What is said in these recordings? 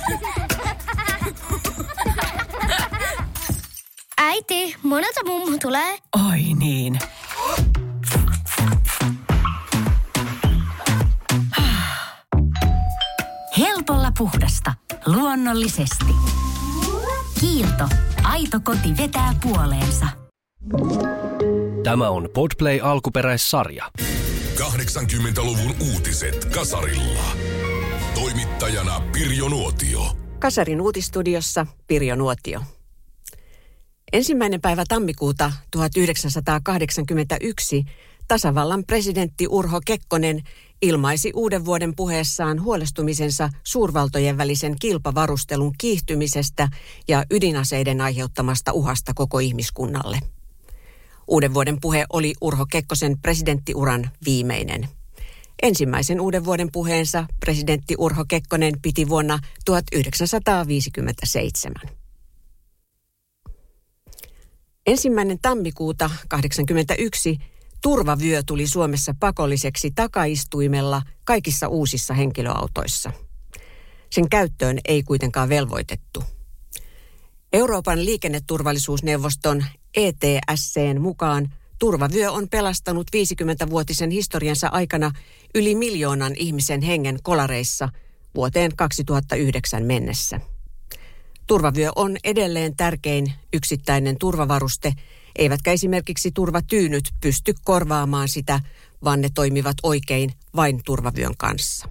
Äiti, monelta mummu tulee? Oi niin. Helpolla puhdasta. Luonnollisesti. Kiilto. Aito koti vetää puoleensa. Tämä on Podplay alkuperäissarja. 80-luvun uutiset kasarilla. Toimittajana Pirjo Nuotio. Kasarin uutistudiossa Pirjo Nuotio. 1. päivä tammikuuta 1981 tasavallan presidentti Urho Kekkonen ilmaisi uuden vuoden puheessaan huolestumisensa suurvaltojen välisen kilpavarustelun kiihtymisestä ja ydinaseiden aiheuttamasta uhasta koko ihmiskunnalle. Uuden vuoden puhe oli Urho Kekkosen presidenttiuran viimeinen. Ensimmäisen uuden vuoden puheensa presidentti Urho Kekkonen piti vuonna 1957. 1. tammikuuta 1981 turvavyö tuli Suomessa pakolliseksi takaistuimella kaikissa uusissa henkilöautoissa. Sen käyttöön ei kuitenkaan velvoitettu. Euroopan liikenneturvallisuusneuvoston ETSC:n mukaan turvavyö on pelastanut 50-vuotisen historiansa aikana yli 1 miljoonan ihmisen hengen kolareissa vuoteen 2009 mennessä. Turvavyö on edelleen tärkein yksittäinen turvavaruste, eivätkä esimerkiksi turvatyynyt pysty korvaamaan sitä, vaan ne toimivat oikein vain turvavyön kanssa.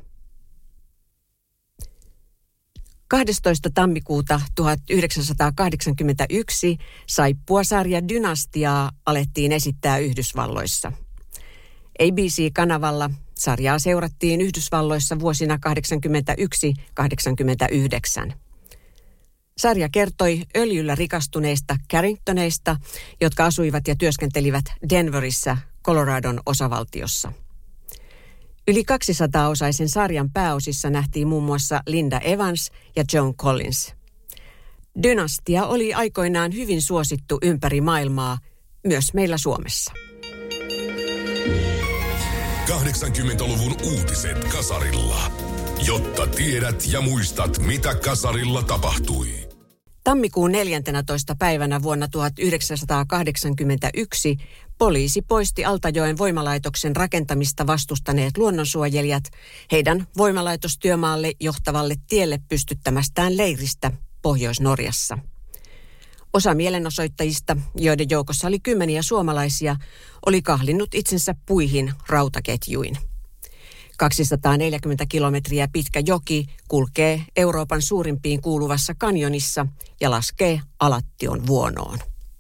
12. tammikuuta 1981 saippuasarja Dynastiaa alettiin esittää Yhdysvalloissa. ABC-kanavalla sarjaa seurattiin Yhdysvalloissa vuosina 1981-1989. Sarja kertoi öljyllä rikastuneista Carringtoneista, jotka asuivat ja työskentelivät Denverissä, Coloradon osavaltiossa. Yli 200-osaisen sarjan pääosissa nähtiin muun muassa Linda Evans ja Joan Collins. Dynastia oli aikoinaan hyvin suosittu ympäri maailmaa, myös meillä Suomessa. 80-luvun uutiset kasarilla. Jotta tiedät ja muistat, mitä kasarilla tapahtui. Tammikuun 14. päivänä vuonna 1981 poliisi poisti Altajoen voimalaitoksen rakentamista vastustaneet luonnonsuojelijat heidän voimalaitostyömaalle johtavalle tielle pystyttämästään leiristä Pohjois-Norjassa. Osa mielenosoittajista, joiden joukossa oli kymmeniä suomalaisia, oli kahlinnut itsensä puihin rautaketjuin. 240 kilometriä pitkä joki kulkee Euroopan suurimpiin kuuluvassa kanjonissa ja laskee Alattion vuonoon.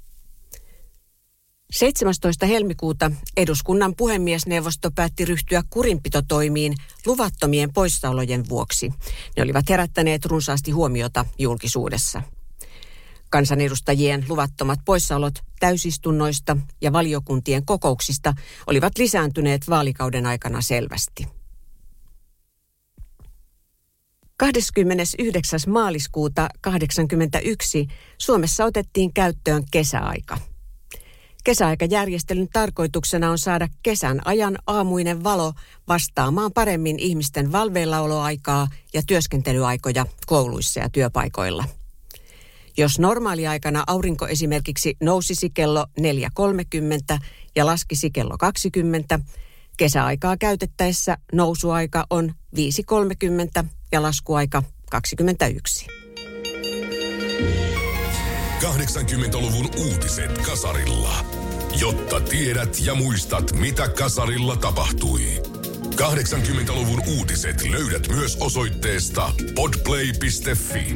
17. helmikuuta eduskunnan puhemiesneuvosto päätti ryhtyä kurinpitotoimiin luvattomien poissaolojen vuoksi. Ne olivat herättäneet runsaasti huomiota julkisuudessa. Kansanedustajien luvattomat poissaolot täysistunnoista ja valiokuntien kokouksista olivat lisääntyneet vaalikauden aikana selvästi. 29. maaliskuuta 1981 Suomessa otettiin käyttöön kesäaika. Kesäaikajärjestelyn tarkoituksena on saada kesän ajan aamuinen valo vastaamaan paremmin ihmisten valveillaoloaikaa ja työskentelyaikoja kouluissa ja työpaikoilla. Jos normaaliaikana aurinko esimerkiksi nousisi kello 4.30 ja laskisi kello 20, kesäaikaa käytettäessä nousuaika on 5.30 ja laskuaika 21. 80-luvun uutiset kasarilla. Jotta tiedät ja muistat, mitä kasarilla tapahtui. 80-luvun uutiset löydät myös osoitteesta podplay.fi.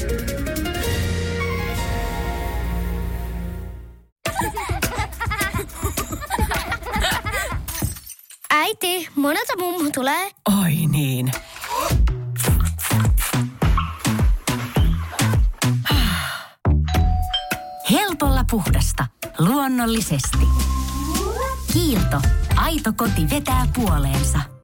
Äiti, monelta mummu tulee? Oi niin. Helpolla puhdasta. Luonnollisesti. Kiilto. Aito koti vetää puoleensa.